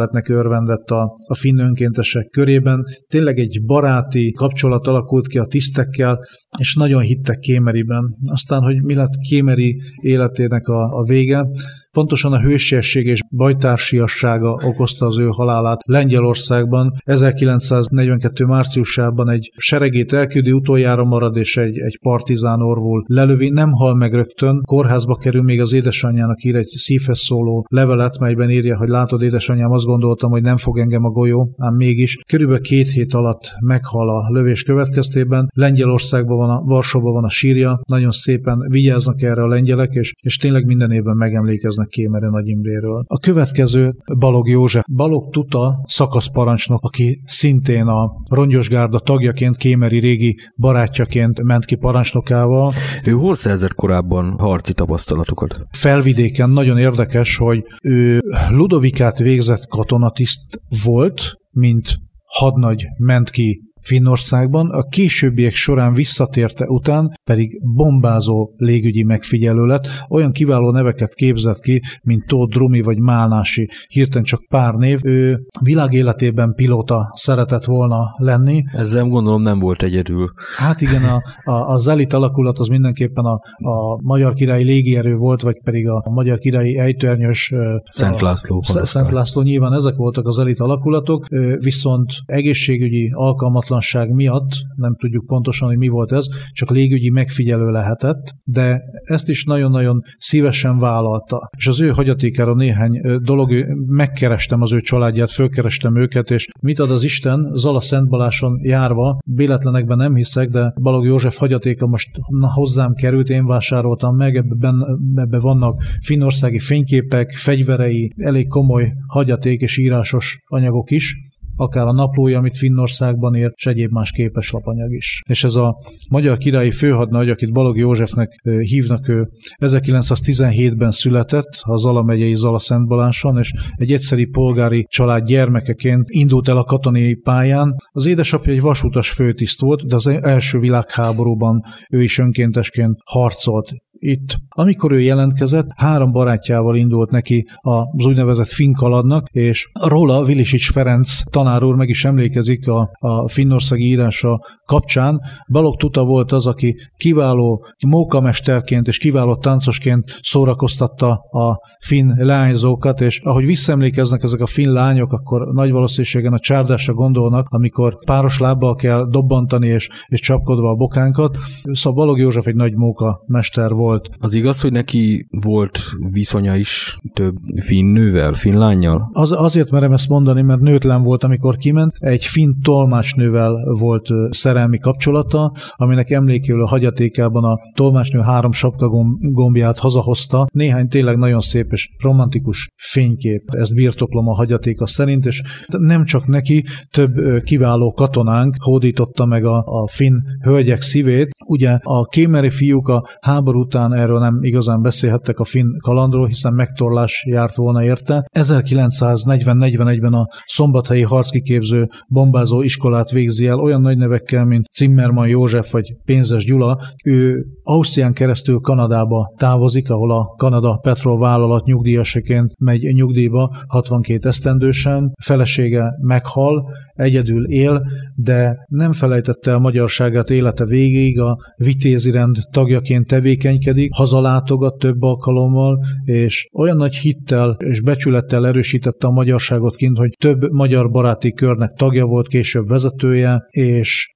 megörvendett a, a finn önkéntesek körében. Tényleg egy baráti kapcsolat alakult ki a tisztekkel, és nagyon hittek Kémeriben. Aztán, hogy mi lett Kémeri életének a, a vége, pontosan a hősiesség és bajtársiassága okozta az ő halálát. Lengyelországban ezerkilencszáznegyvenkettő márciusában egy seregét elküldi, utoljára marad, és egy, egy partizán orvul lelövi. Nem hal meg rögtön, kórházba kerül, még az édesanyjának ír egy szívhez szóló levelet, melyben írja, hogy látod, édesanyám, azt gondoltam, hogy nem fog engem a golyó, ám mégis. Körülbelül két hét alatt meghal a lövés következtében. Lengyelországban van, a Varsóban van a sírja, nagyon szépen vigyáznak erre a lengyelek, és, és tényleg minden évben megemlékeznek Kémeri Nagy Imréről. A következő Balogh József. Balogh Tuta szakaszparancsnok, aki szintén a Rongyosgárda tagjaként, Kémeri régi barátjaként ment ki parancsnokával. Ő hol szerzett korábban harci tapasztalatokat? Felvidéken nagyon érdekes, hogy ő Ludovikát végzett katonatiszt volt, mint hadnagy ment ki Finnországban, a későbbiek során visszatérte után pedig bombázó légügyi megfigyelő lett, olyan kiváló neveket képzett ki, mint Tóth Drumi vagy Málnási, hirtelen csak pár név. Ő világéletében pilóta szeretett volna lenni. Ezzel gondolom nem volt egyedül. Hát igen, a, a, az elit alakulat az mindenképpen a, a Magyar Királyi Légierő volt, vagy pedig a Magyar Királyi Ejtőernyős Szent László. A, Szent László, nyilván ezek voltak az elit alakulatok, viszont egészségügyi alkalmatlan miatt, nem tudjuk pontosan, hogy mi volt ez, csak légügyi megfigyelő lehetett, de ezt is nagyon-nagyon szívesen vállalta. És az ő hagyatékára néhány dolog, megkerestem az ő családját, fölkerestem őket, és mit ad az Isten, Zala Szentbaláson járva, véletlenekben nem hiszek, de Balogh József hagyatéka most na, hozzám került, én vásároltam meg, ebben, ebben vannak finnországi fényképek, fegyverei, elég komoly hagyaték és írásos anyagok is, akár a naplója, amit Finnországban írt, és egyéb más képeslapanyag is. És ez a magyar királyi főhadnagy, akit Balogh Józsefnek hívnak, ő ezerkilencszáztizenhétben született a Zala megyei Zala-Szentbaláson, és egy egyszeri polgári család gyermekeként indult el a katonai pályán. Az édesapja egy vasutas főtiszt volt, de az első világháborúban ő is önkéntesként harcolt itt. Amikor ő jelentkezett, három barátjával indult neki az úgynevezett finnkaladnak, és róla Vilisics Ferenc tanár úr meg is emlékezik a, a finnországi írása kapcsán. Balogh Tuta volt az, aki kiváló mókamesterként és kiváló táncosként szórakoztatta a finn leányzókat, és ahogy visszaemlékeznek ezek a finn lányok, akkor nagy valószínűségen a csárdásra gondolnak, amikor páros lábbal kell dobbantani és, és csapkodva a bokánkat. Szóval Balogh József egy nagy mókamester volt. Az igaz, hogy neki volt viszonya is több finn nővel, finn lánnyal? Az, azért merem ezt mondani, mert nőtlen volt, amikor kiment. Egy finn tolmácsnővel volt szerelmi kapcsolata, aminek emlékéül a hagyatékában a tolmácsnő három sapkagombját hazahozta. Néhány tényleg nagyon szép és romantikus fénykép. Ezt birtoklom a hagyatéka szerint, és nem csak neki, több kiváló katonánk hódította meg a, a finn hölgyek szívét. Ugye a kémeri fiúk a háború után erről nem igazán beszélhettek a finn kalandról, hiszen megtorlás járt volna érte. ezerkilencszáznegyven-negyvenegyben a szombathelyi harckiképző bombázó iskolát végzi el olyan nagy nevekkel, mint Zimmermann József vagy Pénzes Gyula. Ő Ausztrián keresztül Kanadába távozik, ahol a Kanada Petrol vállalat nyugdíjasaként megy nyugdíjba hatvankét esztendősen. Felesége meghal, egyedül él, de nem felejtette el magyarságát élete végéig, a vitézi rend tagjaként tevékenykedik, hazalátogat több alkalommal, és olyan nagy hittel és becsülettel erősítette a magyarságot kint, hogy több magyar baráti körnek tagja volt, később vezetője, és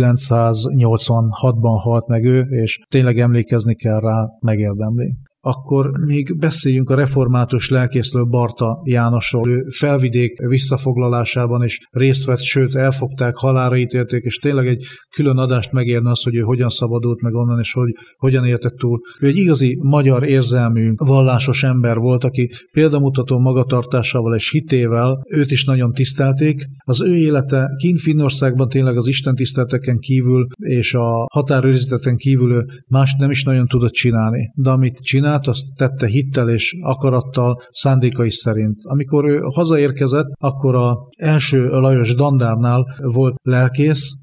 ezerkilencszáznyolcvanhatban halt meg ő, és tényleg emlékezni kell rá, megérdemli. Akkor még beszéljünk a református lelkészről, Barta Jánosról. Ő Felvidék visszafoglalásában is részt vett, sőt elfogták, halálra ítélték, és tényleg egy külön adást megérne az, hogy ő hogyan szabadult meg onnan, és hogy hogyan érte túl. Ő egy igazi magyar érzelmű, vallásos ember volt, aki példamutató magatartásával és hitével őt is nagyon tisztelték. Az ő élete kint Finnországban tényleg az istentiszteleteken kívül és a határőrizeteken kívül ő más nem is nagyon tudott csinálni. De amit csinál, azt tette hittel és akarattal, szándékai szerint. Amikor ő hazaérkezett, akkor az első Lajos Dandárnál volt lelkész,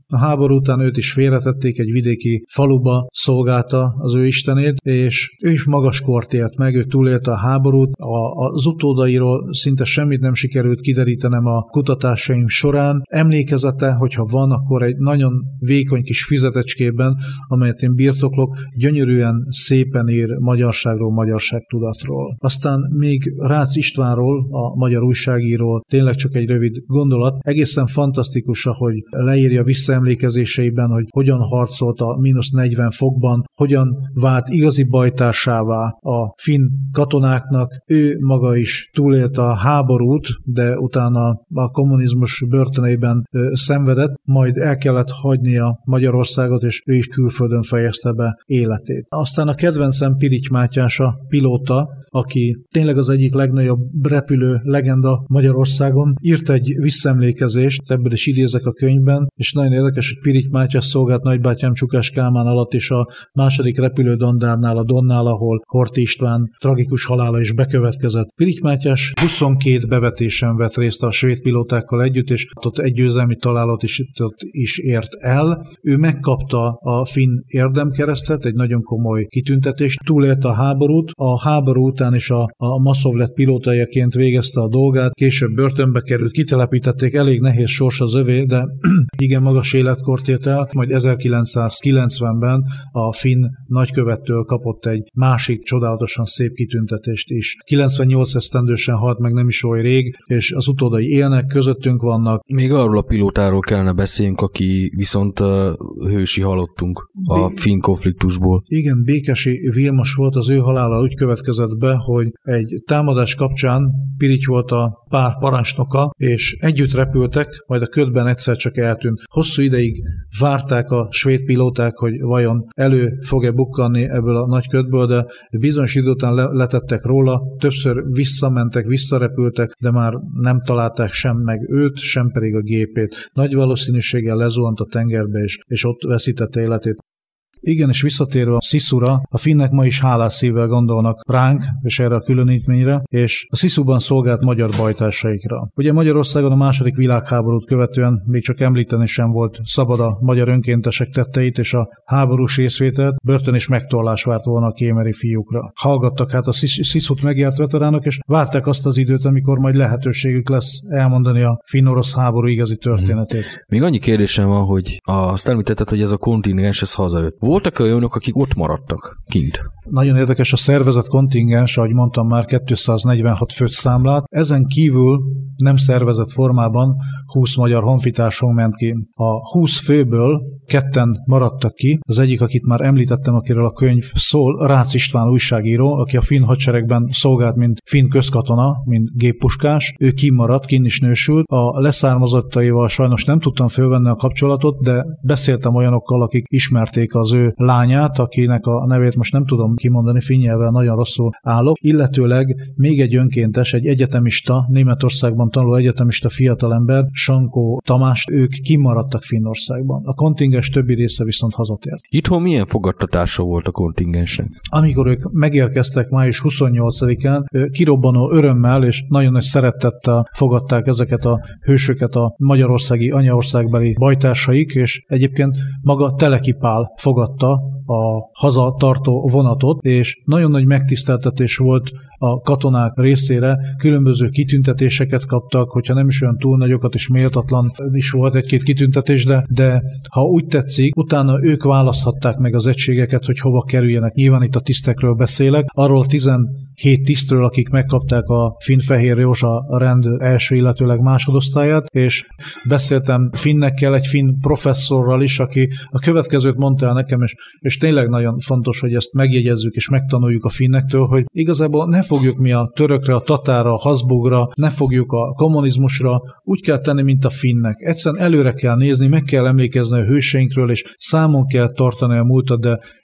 A háború után őt is félretették, egy vidéki faluba szolgálta az ő istenét, és ő is magas kort élt meg, ő túlélte a háborút. A, az utódairól szinte semmit nem sikerült kiderítenem a kutatásaim során. Emlékezete, hogyha van, akkor egy nagyon vékony kis fizetecskében, amelyet én birtoklok, gyönyörűen szépen ír magyarságról, magyarságtudatról. Aztán még Rácz Istvánról, a magyar újságíró, tényleg csak egy rövid gondolat. Egészen fantasztikus, ahogy leírja visszaemlékezéseiben, hogy hogyan harcolt a mínusz negyven fokban, hogyan vált igazi bajtársává a finn katonáknak. Ő maga is túlélte a háborút, de utána a kommunizmus börtöneiben ö, szenvedett, majd el kellett hagynia Magyarországot, és ő is külföldön fejezte be életét. Aztán a kedvencem Piritty Mátyás, a pilóta, aki tényleg az egyik legnagyobb repülő legenda Magyarországon, írt egy visszaemlékezést, ebből is idézek a könyvben, és nagyon érdekes, hogy Piritty Mátyás szolgált nagybátyám Csukás Kálmán alatt, és a második repülődondárnál, a Donnál, ahol Horthy István tragikus halála is bekövetkezett. Piritty Mátyás huszonkét bevetésen vett részt a svéd pilótákkal együtt, és ott egy győzelmi találat is, is ért el. Ő megkapta a finn érdemkeresztet, egy nagyon komoly kitüntetést, túlélte a háborút, a háború után is a, a Maszov-lett pilótajaként végezte a dolgát, később börtönbe került, kitelepítették, elég nehéz sors az övé, de igen magas életkort ért el, majd ezerkilencszázkilencvenben a finn nagykövettől kapott egy másik csodálatosan szép kitüntetést is. kilencvennyolc esztendősen halt meg, nem is oly rég, és az utódai élnek, közöttünk vannak. Még arról a pilótáról kellene beszéljünk, aki viszont uh, hősi halottunk a Bé- finn konfliktusból. Igen, Békesi Vilmos volt, az ő halála úgy következett be, hogy egy támadás kapcsán Piritty volt a pár parancsnoka, és együtt repültek, majd a ködben egyszer csak eltűnt. Hosszú ideig várták a svéd pilóták, hogy vajon elő fog-e bukkanni ebből a nagy ködből, de bizonyos idő után le- letettek róla, többször visszamentek, visszarepültek, de már nem találták sem meg őt, sem pedig a gépét. Nagy valószínűséggel lezuhant a tengerbe, és, és ott veszítette életét. Igen, és visszatérve a Sziszura, a finnek ma is hálás szívvel gondolnak ránk, és erre a különítményre, és a Sziszúban szolgált magyar bajtársaikra. Ugye Magyarországon a második világháborút követően még csak említeni sem volt szabad a magyar önkéntesek tetteit, és a háborús részvételt, börtön és megtorlás várt volna a kémeri fiúkra. Hallgattak hát a Sziszút megjárt veteránok, és várták azt az időt, amikor majd lehetőségük lesz elmondani a finn-orosz háború igazi történetét. Még annyi kérdésem van, hogy azt említetted, hogy ez a kontingens, ez hazajött. Voltak olyanok, akik ott maradtak kint? Nagyon érdekes a szervezett kontingens, ahogy mondtam már, kétszáznegyvenhat főt számlát. Ezen kívül nem szervezett formában húsz magyar honfitársunk ment ki. A húsz főből ketten maradtak ki. Az egyik, akit már említettem, akiről a könyv szól, Rácz István újságíró, aki a finn hadseregben szolgált, mint finn közkatona, mint géppuskás. Ő kimaradt, kinn is nősült. A leszármazottaival sajnos nem tudtam fölvenni a kapcsolatot, de beszéltem olyanokkal, akik ismerték az ő lányát, akinek a nevét most nem tudom kimondani, finn nyelven nagyon rosszul állok. Illetőleg még egy önkéntes, egy egyetemista, Németországban tanuló egyetemista fiatalember, Sankó Tamás, ők kimaradtak Finnországban. A kontingens többi része viszont hazatért. Itthon milyen fogadtatása volt a kontingensnek? Amikor ők megérkeztek május huszonnyolcadikán, kirobbanó örömmel és nagyon nagy szeretettel fogadták ezeket a hősöket a magyarországi anyaországbeli bajtársaik, és egyébként maga Teleki Pál fogadta a hazatartó vonatot, és nagyon nagy megtiszteltetés volt a katonák részére, különböző kitüntetéseket kaptak, hogyha nem is olyan túl nagyokat, és méltatlan is volt egy-két kitüntetés, de, de ha úgy tetszik, utána ők választhatták meg az egységeket, hogy hova kerüljenek. Nyilván itt a tisztekről beszélek, arról tizenhét tisztről, akik megkapták a Finn-Fehér Józsa rend első, illetőleg másodosztályát, és beszéltem finnekkel, egy finn professzorral is, aki a következőt mondta el nekem, és, és tényleg nagyon fontos, hogy ezt megjegyezzük és megtanuljuk a finnektől, hogy igazából ne fogjuk mi a törökre, a tatára, a Habsburgra, ne fogjuk a kommunizmusra, úgy kell tenni, mint a finnek. Egyszerűen előre kell nézni, meg kell emlékezni a hőseinkről, és számon kell tartani a múltat, de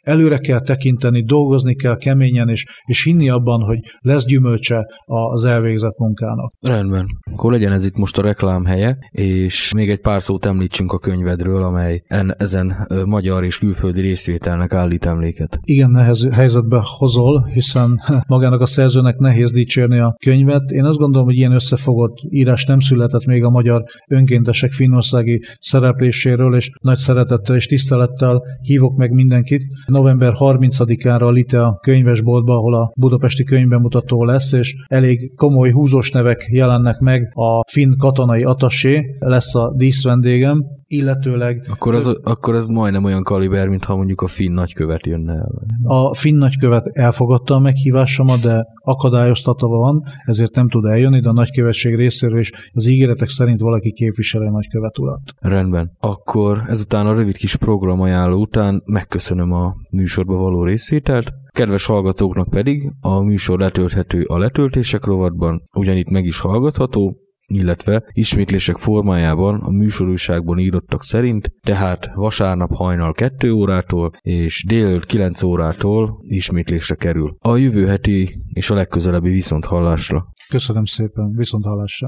előre kell tekinteni, dolgozni kell keményen, és, és hinni abban, hogy lesz gyümölcse az elvégzett munkának. Rendben. Akkor legyen ez itt most a reklám helye, és még egy pár szót említsünk a könyvedről, amely en, ezen magyar és külföldi részvételnek állít emléket. Igen, nehéz helyzetbe hozol, hiszen magának a szerzőnek nehéz dicsérni a könyvet. Én azt gondolom, hogy ilyen összefogott írás nem született még a magyar önkéntesek finnországi szerepléséről, és nagy szeretettel és tisztelettel hívok meg mindenkit. November harmincadikára a Litea könyvesboltba, ahol a budapesti könyvbemutató lesz, és elég komoly húzós nevek jelennek meg. A finn katonai attaché lesz a díszvendégem, illetőleg... Akkor, az, akkor ez majdnem olyan kaliber, mintha mondjuk a finn nagykövet jönne el. A finn nagykövet elfogadta a meghívásomat, de akadályoztatva van, ezért nem tud eljönni, de a nagykövetség részéről is az ígéretek szerint valaki képviseli a nagykövet urat. Rendben. Akkor ezután a rövid kis programajánló után megköszönöm a műsorba való részvételt. Kedves hallgatóknak pedig a műsor letölthető a letöltések rovatban, ugyanitt meg is hallgatható, illetve ismétlések formájában a műsorújságban írottak szerint, tehát vasárnap hajnal kettő órától és délelőtt kilenc órától ismétlésre kerül. A jövő heti és a legközelebbi viszonthallásra. Köszönöm szépen, viszonthallásra.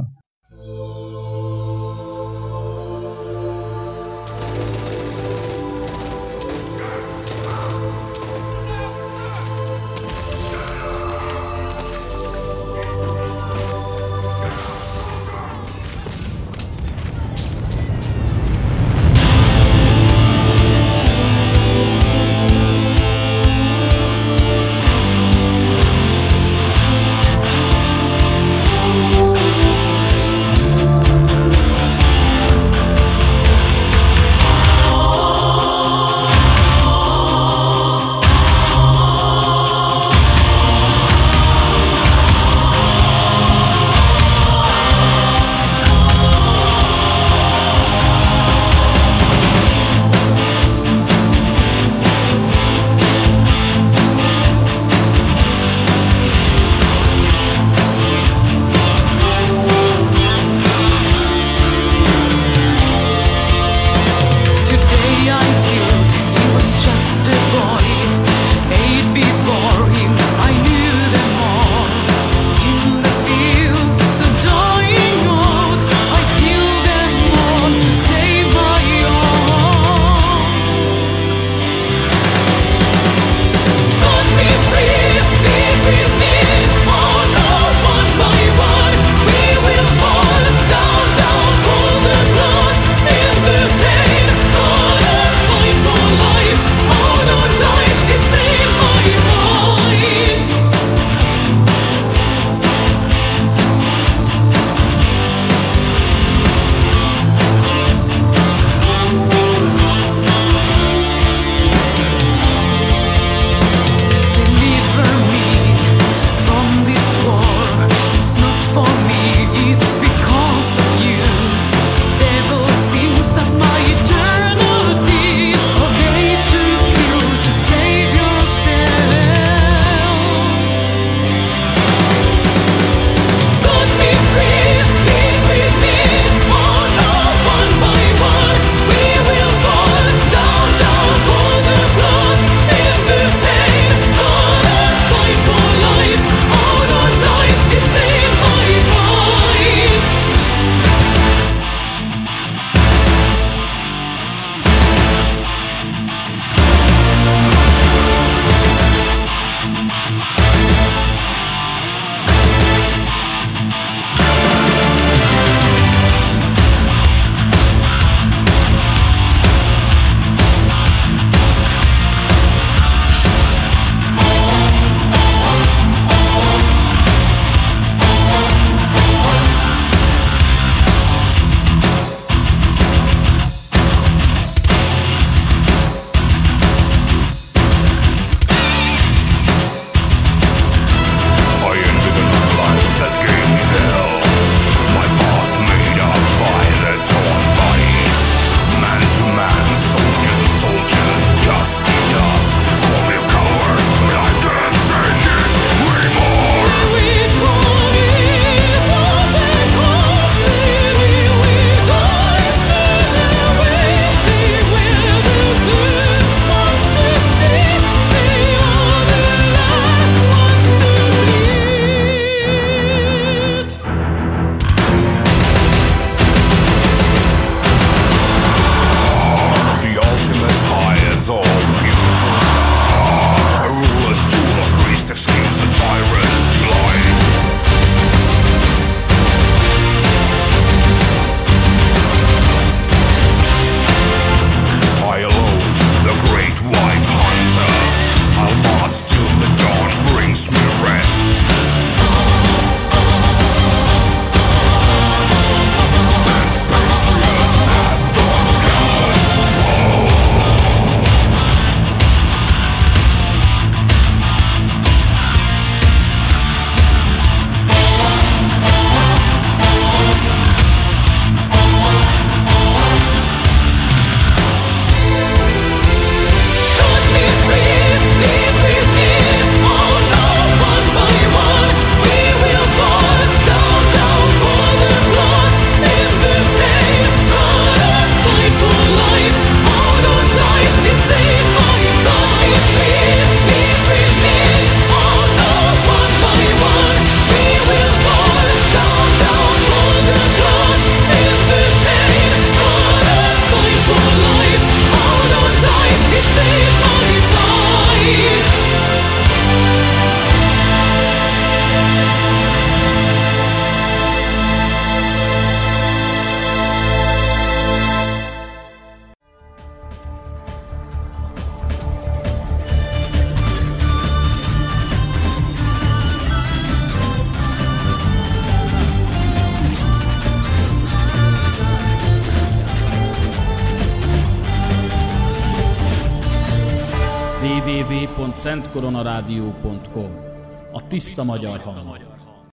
double-u double-u double-u pont szentkoronarádió pont com. A tiszta magyar hang.